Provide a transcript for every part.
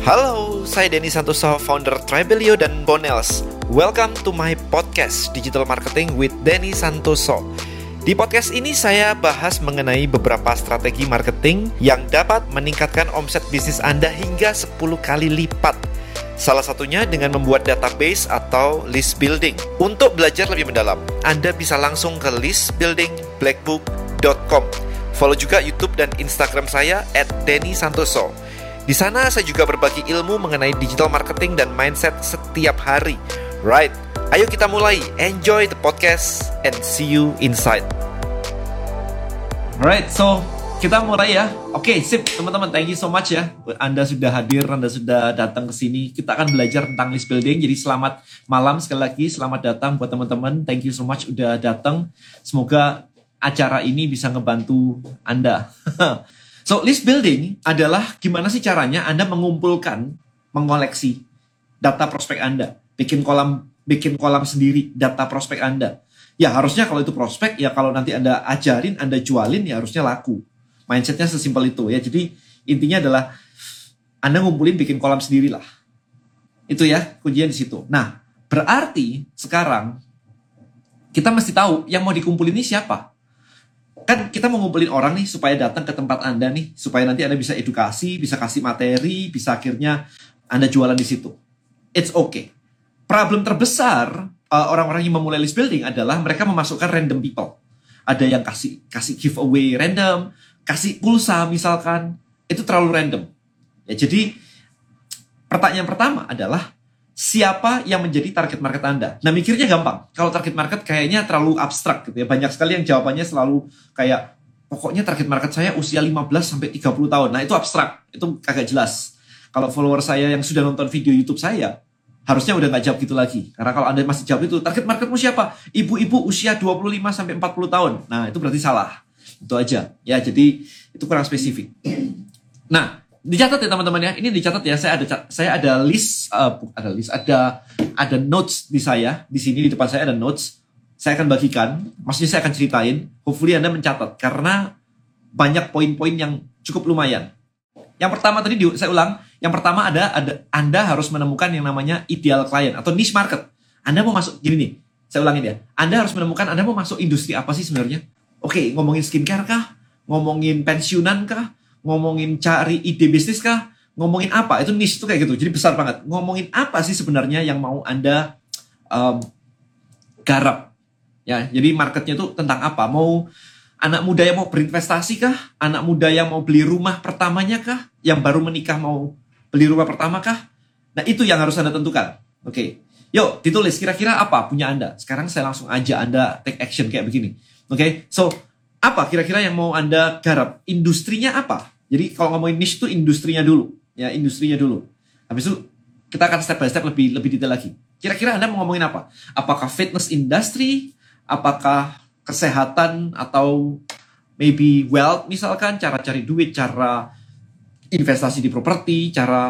Halo, saya Denny Santoso, founder Tribelio dan Bonels. Welcome to my podcast Digital Marketing with Denny Santoso. Di podcast ini saya bahas mengenai beberapa strategi marketing yang dapat meningkatkan omset bisnis Anda hingga 10 kali lipat. Salah satunya dengan membuat database atau list building. Untuk belajar lebih mendalam, Anda bisa langsung ke listbuildingblackbook.com. Follow juga YouTube dan Instagram saya @dennysantoso. Di sana saya juga berbagi ilmu mengenai digital marketing dan mindset setiap hari. Right, ayo kita mulai. Enjoy the podcast and see you inside. Alright, so kita mulai ya. Oke, sip teman-teman, thank you so much ya. Anda sudah hadir, Anda sudah datang ke sini. Kita akan belajar tentang list building. Jadi selamat malam sekali lagi, selamat datang buat teman-teman. Thank you so much udah datang. Semoga acara ini bisa ngebantu Anda. So, list building adalah gimana sih caranya Anda mengumpulkan, mengoleksi data prospek Anda. Bikin kolam sendiri data prospek Anda. Ya harusnya kalau itu prospek, ya kalau nanti Anda ajarin, Anda jualin, ya harusnya laku. Mindsetnya sesimpel itu ya. Jadi intinya adalah Anda ngumpulin, bikin kolam sendiri lah. Itu ya, kuncinya di situ. Nah, berarti sekarang kita mesti tahu yang mau dikumpulin ini siapa. Kan kita mau ngumpulin orang nih supaya datang ke tempat Anda nih, supaya nanti Anda bisa edukasi, bisa kasih materi, bisa akhirnya Anda jualan di situ. It's okay. Problem terbesar orang-orang yang memulai list building adalah mereka memasukkan random people. Ada yang kasih giveaway random, kasih pulsa misalkan, itu terlalu random. Ya, jadi pertanyaan pertama adalah siapa yang menjadi target market Anda? Nah, mikirnya gampang. Kalau target market kayaknya terlalu abstrak gitu ya. Banyak sekali yang jawabannya selalu kayak, pokoknya target market saya usia 15-30 tahun. Nah, itu abstrak. Itu kagak jelas. Kalau follower saya yang sudah nonton video YouTube saya, harusnya udah nggak jawab gitu lagi. Karena kalau Anda masih jawab itu, target marketmu siapa? Ibu-ibu usia 25-40 tahun. Nah, itu berarti salah. Itu aja. Ya, jadi itu kurang spesifik. Nah, dicatat ya teman-teman ya. Ini dicatat ya. Saya ada list, ada notes di saya. Di sini di depan saya ada notes. Saya akan bagikan. Maksudnya saya akan ceritain. Hopefully Anda mencatat karena banyak poin-poin yang cukup lumayan. Yang pertama tadi saya ulang. Yang pertama ada Anda harus menemukan yang namanya ideal client atau niche market. Anda mau masuk gini nih. Saya ulangin ya. Anda harus menemukan Anda mau masuk industri apa sih sebenarnya? Oke, ngomongin skincare kah? Ngomongin pensiunan kah? Ngomongin cari ide bisnis kah? Ngomongin apa? Itu niche itu kayak gitu. Jadi besar banget. Ngomongin apa sih sebenarnya yang mau Anda garap? Ya, jadi marketnya itu tentang apa? Mau anak muda yang mau berinvestasi kah? Anak muda yang mau beli rumah pertamanya kah? Yang baru menikah mau beli rumah pertama kah? Nah, itu yang harus Anda tentukan. Oke. Yuk, ditulis kira-kira apa punya Anda. Sekarang saya langsung ajak Anda take action kayak begini. Oke. So, apa kira-kira yang mau Anda garap? Industrinya apa? Jadi kalau ngomongin niche itu industrinya dulu, ya industrinya dulu. Habis itu kita akan step by step lebih detail lagi. Kira-kira Anda mau ngomongin apa? Apakah fitness industry? Apakah kesehatan atau maybe wealth misalkan, cara cari duit, cara investasi di properti, cara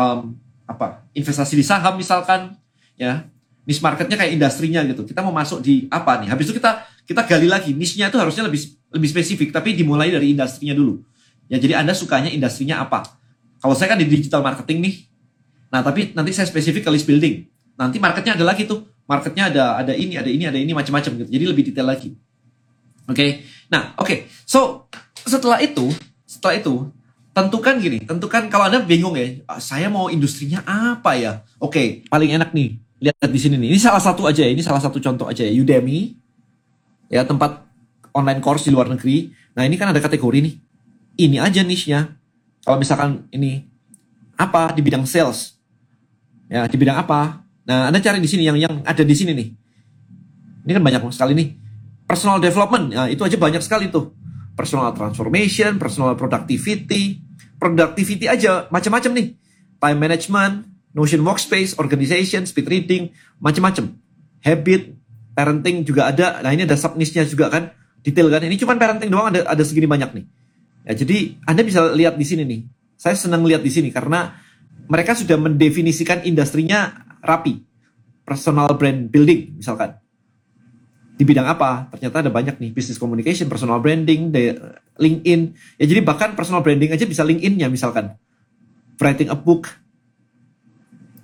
investasi di saham misalkan, ya. Niche marketnya kayak industrinya gitu. Kita mau masuk di apa nih? Habis itu kita gali lagi. Niche-nya itu harusnya lebih spesifik, tapi dimulai dari industrinya dulu. Ya, jadi Anda sukanya industrinya apa? Kalau saya kan di digital marketing nih. Nah, tapi nanti saya spesifik ke list building. Nanti marketnya ada lagi tuh. Marketnya ada ini macam-macam gitu. Jadi lebih detail lagi. Oke. Nah, oke. So, setelah itu tentukan kalau Anda bingung ya, saya mau industrinya apa ya? Oke, paling enak nih. Lihat di sini nih. Ini salah satu aja ya. Ini salah satu contoh aja ya. Udemy. Ya, tempat online course di luar negeri. Nah, ini kan ada kategori nih. Ini aja niche-nya. Kalau misalkan ini apa di bidang sales, ya di bidang apa? Nah, Anda cari di sini yang ada di sini nih. Ini kan banyak sekali nih. Personal development, nah itu aja banyak sekali tuh. Personal transformation, personal productivity aja macam-macam nih. Time management, Notion workspace, organization, speed reading, macam-macam. Habit, parenting juga ada. Nah, ini ada sub niche-nya juga kan, detail kan. Ini cuma parenting doang ada segini banyak nih. Ya, jadi Anda bisa lihat di sini nih. Saya senang lihat di sini karena mereka sudah mendefinisikan industrinya rapi. Personal brand building misalkan. Di bidang apa? Ternyata ada banyak nih. Business communication, personal branding, LinkedIn. Ya, jadi bahkan personal branding aja bisa LinkedIn-nya misalkan. Writing a book,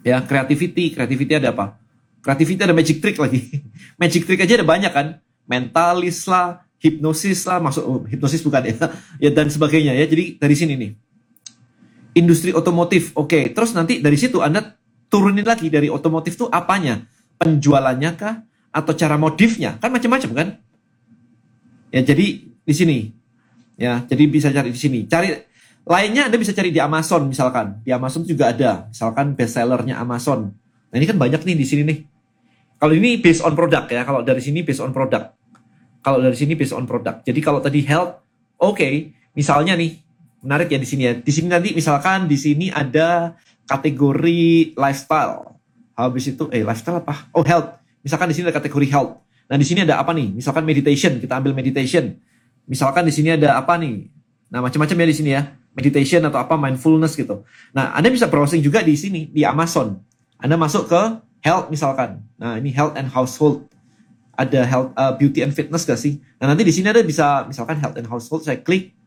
Ya, creativity ada apa? Creativity ada magic trick lagi. Magic trick aja ada banyak kan? Mentalis lah, hipnosis lah, hipnosis bukan ya. Ya dan sebagainya ya. Jadi dari sini nih. Industri otomotif. Oke, terus nanti dari situ Anda turunin lagi dari otomotif tuh apanya? Penjualannya kah atau cara modifnya? Kan macam-macam kan? Ya, jadi di sini. Ya, jadi bisa cari di sini. Cari lainnya Anda bisa cari di Amazon misalkan. Di Amazon juga ada, misalkan bestsellernya Amazon. Nah, ini kan banyak nih di sini nih. Kalau ini based on product ya, kalau dari sini based on product. Kalau dari sini based on product. Jadi kalau tadi health, oke, misalnya nih, menarik ya di sini ya. Di sini nanti misalkan di sini ada kategori lifestyle. Habis itu lifestyle apa? Oh, health. Misalkan di sini ada kategori health. Nah, di sini ada apa nih? Misalkan meditation, kita ambil meditation. Misalkan di sini ada apa nih? Nah, macam-macam ya di sini ya. Meditation atau apa, mindfulness gitu. Nah, Anda bisa browsing juga di sini, di Amazon. Anda masuk ke health misalkan. Nah, ini health and household. Ada health, beauty and fitness gak sih? Nah, nanti di sini ada bisa, misalkan health and household, saya klik.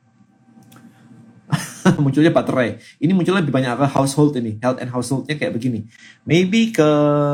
Munculnya baterai. Ini munculnya lebih banyak ke household ini. Health and householdnya kayak begini. Maybe ke,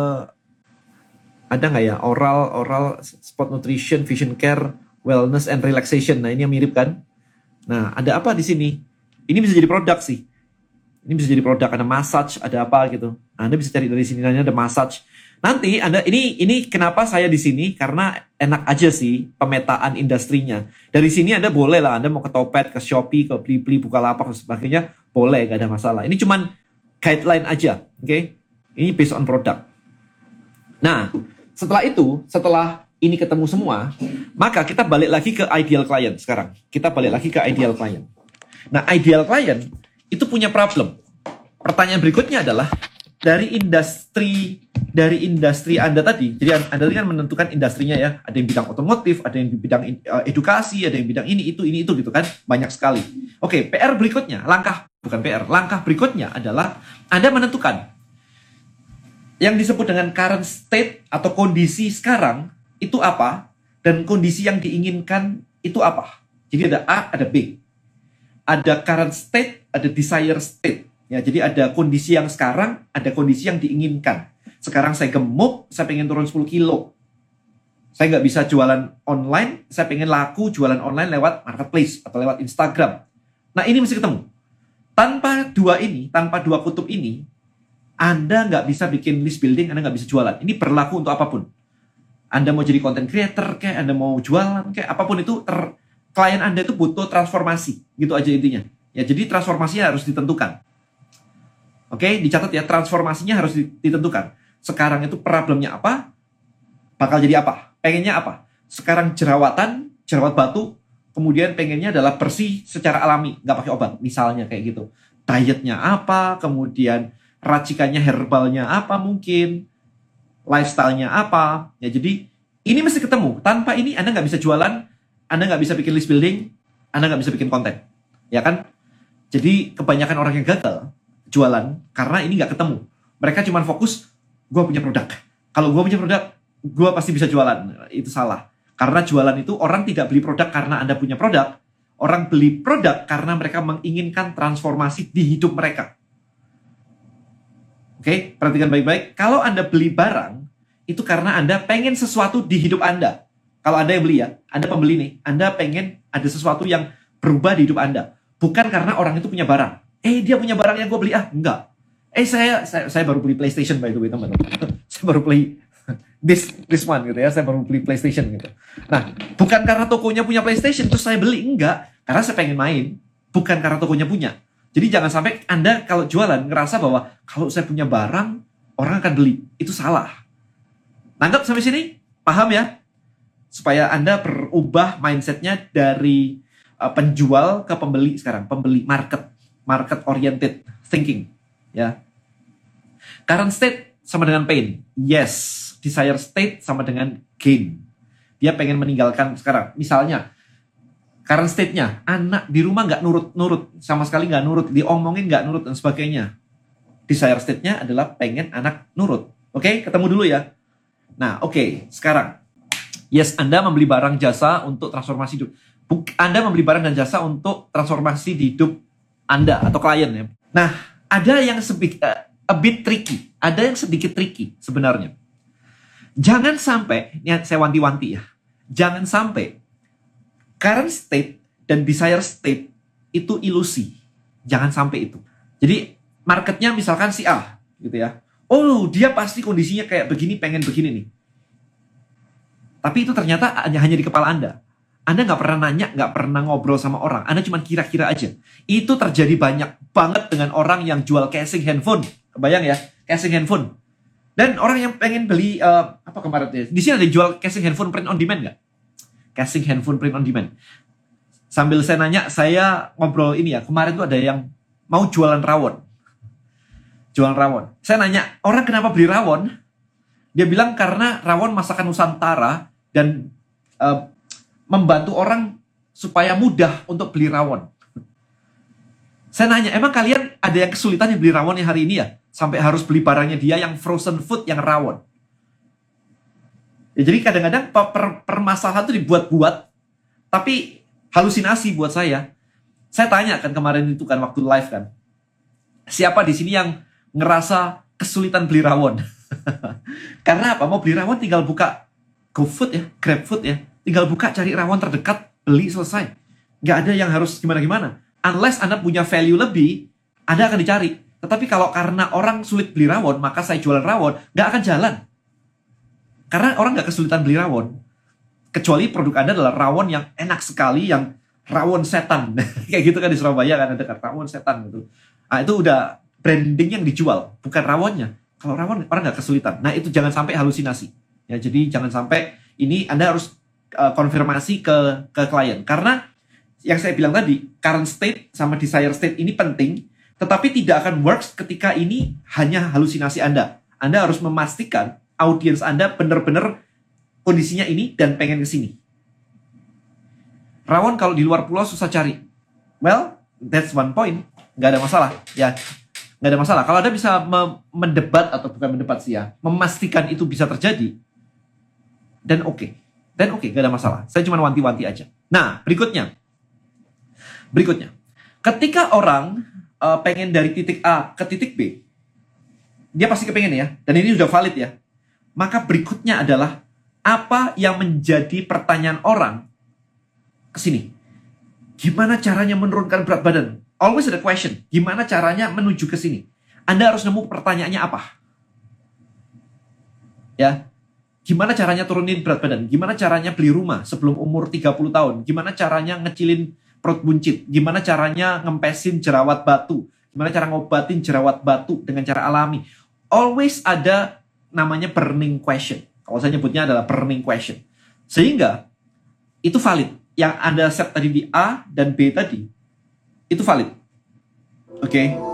ada nggak ya? Oral, sport nutrition, vision care, wellness and relaxation. Nah, ini yang mirip kan? Nah, ada apa di sini? Ini bisa jadi produk sih. Ini bisa jadi produk, ada massage, ada apa gitu. Nah, Anda bisa cari dari sini, ada massage. Nanti Anda, ini kenapa saya di sini? Karena enak aja sih pemetaan industrinya. Dari sini Anda boleh lah, Anda mau ke Topet, ke Shopee, ke Blibli, Bukalapak, dan sebagainya, boleh, gak ada masalah. Ini cuman guideline aja, oke? Ini based on product. Nah, setelah ini ketemu semua, maka kita balik lagi ke ideal client sekarang. Kita balik lagi ke ideal client. Nah, ideal client itu punya problem. Pertanyaan berikutnya adalah dari industri Anda tadi. Jadi Anda kan menentukan industrinya ya. Ada yang bidang otomotif, ada yang bidang edukasi, ada yang bidang ini itu gitu kan. Banyak sekali. Oke, langkah berikutnya adalah Anda menentukan yang disebut dengan current state atau kondisi sekarang itu apa, dan kondisi yang diinginkan itu apa. Jadi ada A, ada B. Ada current state, ada desire state. Ya, jadi ada kondisi yang sekarang, ada kondisi yang diinginkan. Sekarang saya gemuk, saya pengen turun 10 kilo. Saya nggak bisa jualan online, saya pengen laku jualan online lewat marketplace atau lewat Instagram. Nah, ini mesti ketemu. Tanpa dua kutub ini, Anda nggak bisa bikin list building, Anda nggak bisa jualan. Ini berlaku untuk apapun. Anda mau jadi content creator, kayak Anda mau jualan, kayak apapun itu, klien Anda itu butuh transformasi. Gitu aja intinya. Ya, jadi transformasinya harus ditentukan. Oke, dicatat ya, transformasinya harus ditentukan. Sekarang itu problemnya apa? Bakal jadi apa? Pengennya apa? Sekarang jerawat batu, kemudian pengennya adalah bersih secara alami, nggak pakai obat. Misalnya kayak gitu. Dietnya apa, kemudian racikannya herbalnya apa mungkin, lifestyle-nya apa. Ya, jadi ini mesti ketemu. Tanpa ini Anda nggak bisa jualan, Anda nggak bisa bikin list building, Anda nggak bisa bikin konten. Ya kan? Jadi kebanyakan orang yang gagal jualan karena ini nggak ketemu. Mereka cuma fokus, gue punya produk. Kalau gue punya produk, gue pasti bisa jualan. Itu salah. Karena jualan itu orang tidak beli produk karena Anda punya produk. Orang beli produk karena mereka menginginkan transformasi di hidup mereka. Oke, perhatikan baik-baik. Kalau Anda beli barang, itu karena Anda pengen sesuatu di hidup Anda. Kalau Anda yang beli ya, Anda pembeli nih, Anda pengen ada sesuatu yang berubah di hidup Anda. Bukan karena orang itu punya barang. Dia punya barang yang gue beli, enggak. Saya baru beli PlayStation by the way, teman-teman. Saya baru beli this one gitu ya, saya baru beli PlayStation gitu. Nah, bukan karena tokonya punya PlayStation, terus saya beli, enggak. Karena saya pengen main, bukan karena tokonya punya. Jadi jangan sampai Anda kalau jualan ngerasa bahwa kalau saya punya barang, orang akan beli. Itu salah. Nangkep sampai sini? Paham ya? Supaya Anda berubah mindsetnya dari penjual ke pembeli sekarang. Pembeli, market oriented thinking. Ya. Current state sama dengan pain. Yes. Desire state sama dengan gain. Dia pengen meninggalkan sekarang. Misalnya, current state-nya, anak di rumah nggak nurut, sama sekali nggak nurut, diomongin nggak nurut, dan sebagainya. Desire state-nya adalah pengen anak nurut. Oke, ketemu dulu ya. Nah, oke, sekarang. Yes, Anda membeli barang jasa untuk transformasi hidup. Anda membeli barang dan jasa untuk transformasi di hidup Anda atau klien ya. Nah, ada yang a bit tricky. Ada yang sedikit tricky sebenarnya. Jangan sampai, ini saya wanti-wanti ya, jangan sampai current state dan desire state itu ilusi. Jangan sampai itu. Jadi marketnya misalkan si A gitu ya. Oh, dia pasti kondisinya kayak begini, pengen begini nih. Tapi itu ternyata hanya di kepala Anda. Anda nggak pernah nanya, nggak pernah ngobrol sama orang. Anda cuma kira-kira aja. Itu terjadi banyak banget dengan orang yang jual casing handphone. Kebayang ya, casing handphone. Dan orang yang pengen beli, apa kemarin ya? Di sini ada jual casing handphone print on demand nggak? Casing handphone print on demand. Sambil saya nanya, saya ngobrol ini ya. Kemarin tuh ada yang mau jualan rawon. Jualan rawon. Saya nanya, orang kenapa beli rawon? Dia bilang karena rawon masakan Nusantara dan membantu orang supaya mudah untuk beli rawon. Saya nanya, emang kalian ada yang kesulitan yang beli rawon yang hari ini ya? Sampai harus beli barangnya dia yang frozen food, yang rawon. Ya, jadi kadang-kadang permasalahan itu dibuat-buat, tapi halusinasi buat saya. Saya tanya kan kemarin itu kan waktu live kan, siapa di sini yang ngerasa kesulitan beli rawon? Karena apa? Mau beli rawon tinggal buka GoFood ya, GrabFood ya. Tinggal buka, cari rawon terdekat, beli, selesai. Nggak ada yang harus gimana-gimana. Unless Anda punya value lebih, Anda akan dicari. Tetapi kalau karena orang sulit beli rawon, maka saya jualan rawon, nggak akan jalan. Karena orang nggak kesulitan beli rawon. Kecuali produk Anda adalah rawon yang enak sekali, yang rawon setan. Kayak gitu kan di Surabaya kan ada rawon setan gitu. Nah itu udah branding yang dijual, bukan rawonnya. Kalau rawon, orang nggak kesulitan. Nah itu jangan sampai halusinasi. Ya, jadi jangan sampai ini Anda harus konfirmasi ke klien. Karena yang saya bilang tadi, current state sama desire state ini penting, tetapi tidak akan works ketika ini hanya halusinasi Anda. Anda harus memastikan audiens Anda benar-benar kondisinya ini dan pengen ke sini. Rawon kalau di luar pulau susah cari. Well, that's one point. Nggak ada masalah. Ya, nggak ada masalah. Kalau Anda bisa mendebat, atau bukan mendebat sih ya, memastikan itu bisa terjadi, dan oke. Dan oke, gak ada masalah. Saya cuma wanti-wanti aja. Nah, berikutnya. Ketika orang pengen dari titik A ke titik B, dia pasti kepengen ya. Dan ini sudah valid ya. Maka berikutnya adalah, apa yang menjadi pertanyaan orang ke sini? Gimana caranya menurunkan berat badan? Always ada question. Gimana caranya menuju ke sini? Anda harus nemu pertanyaannya apa? Ya. Gimana caranya turunin berat badan? Gimana caranya beli rumah sebelum umur 30 tahun? Gimana caranya ngecilin perut buncit? Gimana caranya ngempesin jerawat batu? Gimana cara ngobatin jerawat batu dengan cara alami? Always ada namanya burning question. Kalau saya nyebutnya adalah burning question. Sehingga itu valid. Yang Anda set tadi di A dan B tadi, itu valid. Oke?